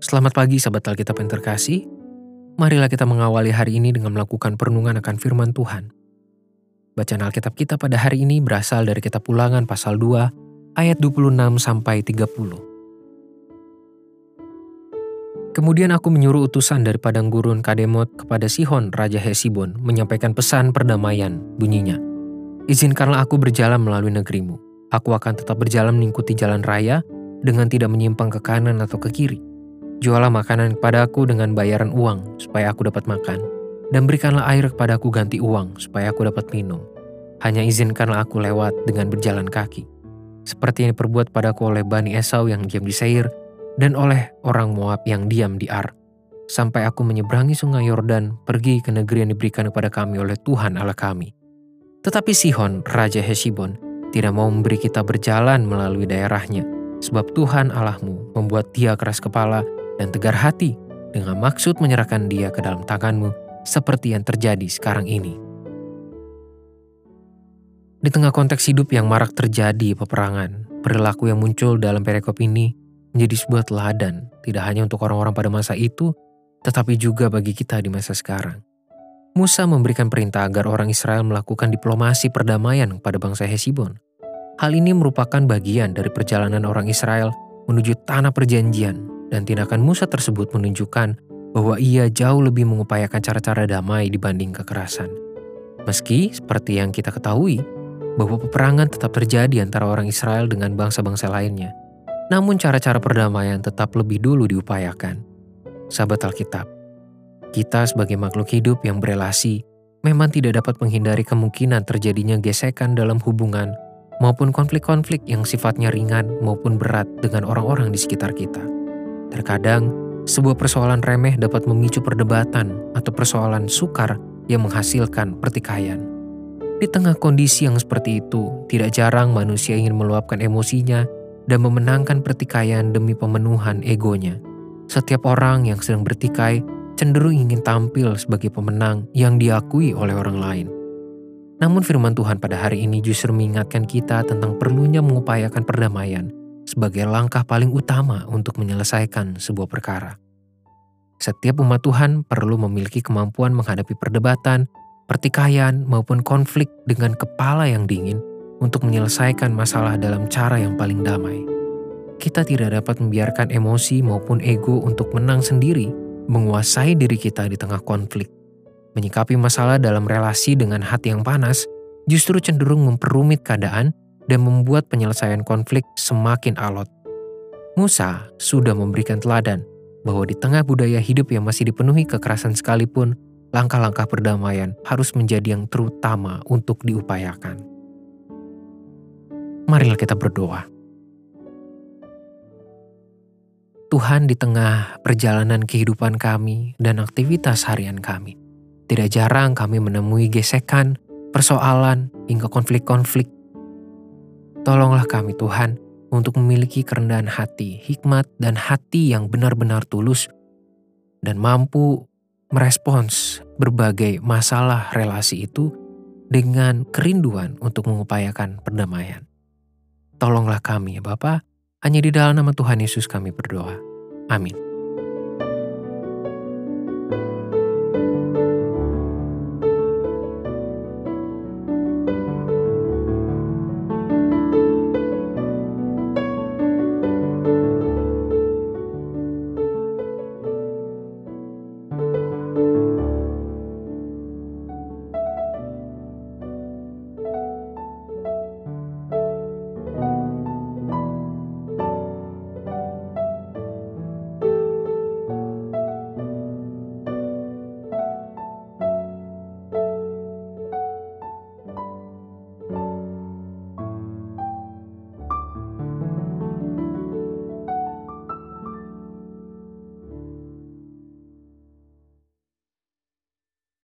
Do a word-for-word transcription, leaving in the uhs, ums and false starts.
Selamat pagi sahabat Alkitab yang terkasih. Marilah kita mengawali hari ini dengan melakukan perenungan akan firman Tuhan. Bacaan Alkitab kita pada hari ini berasal dari kitab Ulangan pasal dua ayat dua puluh enam sampai tiga puluh. Kemudian aku menyuruh utusan dari padang gurun Kademot kepada Sihon Raja Hesibon menyampaikan pesan perdamaian, bunyinya, "Izinkanlah aku berjalan melalui negerimu. Aku akan tetap berjalan mengikuti jalan raya dengan tidak menyimpang ke kanan atau ke kiri. Jualah makanan kepadaku dengan bayaran uang, supaya aku dapat makan. Dan berikanlah air kepadaku ganti uang, supaya aku dapat minum. Hanya izinkanlah aku lewat dengan berjalan kaki. Seperti yang diperbuat padaku oleh Bani Esau yang diam di Seir, dan oleh orang Moab yang diam di Ar. Sampai aku menyeberangi sungai Yordan, pergi ke negeri yang diberikan kepada kami oleh Tuhan Allah kami." Tetapi Sihon, Raja Hesibon, tidak mau memberi kita berjalan melalui daerahnya, sebab Tuhan Allahmu membuat dia keras kepala dan tegar hati dengan maksud menyerahkan dia ke dalam tanganmu seperti yang terjadi sekarang ini. Di tengah konteks hidup yang marak terjadi peperangan, perilaku yang muncul dalam perikop ini menjadi sebuah teladan tidak hanya untuk orang-orang pada masa itu, tetapi juga bagi kita di masa sekarang. Musa memberikan perintah agar orang Israel melakukan diplomasi perdamaian kepada bangsa Hesibon. Hal ini merupakan bagian dari perjalanan orang Israel menuju tanah perjanjian. Dan tindakan Musa tersebut menunjukkan bahwa ia jauh lebih mengupayakan cara-cara damai dibanding kekerasan. Meski seperti yang kita ketahui, bahwa peperangan tetap terjadi antara orang Israel dengan bangsa-bangsa lainnya. Namun cara-cara perdamaian tetap lebih dulu diupayakan. Sahabat Alkitab, kita sebagai makhluk hidup yang berelasi memang tidak dapat menghindari kemungkinan terjadinya gesekan dalam hubungan maupun konflik-konflik yang sifatnya ringan maupun berat dengan orang-orang di sekitar kita. Terkadang, sebuah persoalan remeh dapat memicu perdebatan atau persoalan sukar yang menghasilkan pertikaian. Di tengah kondisi yang seperti itu, tidak jarang manusia ingin meluapkan emosinya dan memenangkan pertikaian demi pemenuhan egonya. Setiap orang yang sedang bertikai cenderung ingin tampil sebagai pemenang yang diakui oleh orang lain. Namun firman Tuhan pada hari ini justru mengingatkan kita tentang perlunya mengupayakan perdamaian sebagai langkah paling utama untuk menyelesaikan sebuah perkara. Setiap umat Tuhan perlu memiliki kemampuan menghadapi perdebatan, pertikaian, maupun konflik dengan kepala yang dingin untuk menyelesaikan masalah dalam cara yang paling damai. Kita tidak dapat membiarkan emosi maupun ego untuk menang sendiri, menguasai diri kita di tengah konflik. Menyikapi masalah dalam relasi dengan hati yang panas justru cenderung memperumit keadaan dan membuat penyelesaian konflik semakin alot. Musa sudah memberikan teladan bahwa di tengah budaya hidup yang masih dipenuhi kekerasan sekalipun, langkah-langkah perdamaian harus menjadi yang terutama untuk diupayakan. Marilah kita berdoa. Tuhan, di tengah perjalanan kehidupan kami dan aktivitas harian kami, tidak jarang kami menemui gesekan, persoalan, hingga konflik-konflik. Tolonglah kami Tuhan untuk memiliki kerendahan hati, hikmat, dan hati yang benar-benar tulus dan mampu merespons berbagai masalah relasi itu dengan kerinduan untuk mengupayakan perdamaian. Tolonglah kami ya Bapa, hanya di dalam nama Tuhan Yesus kami berdoa. Amin.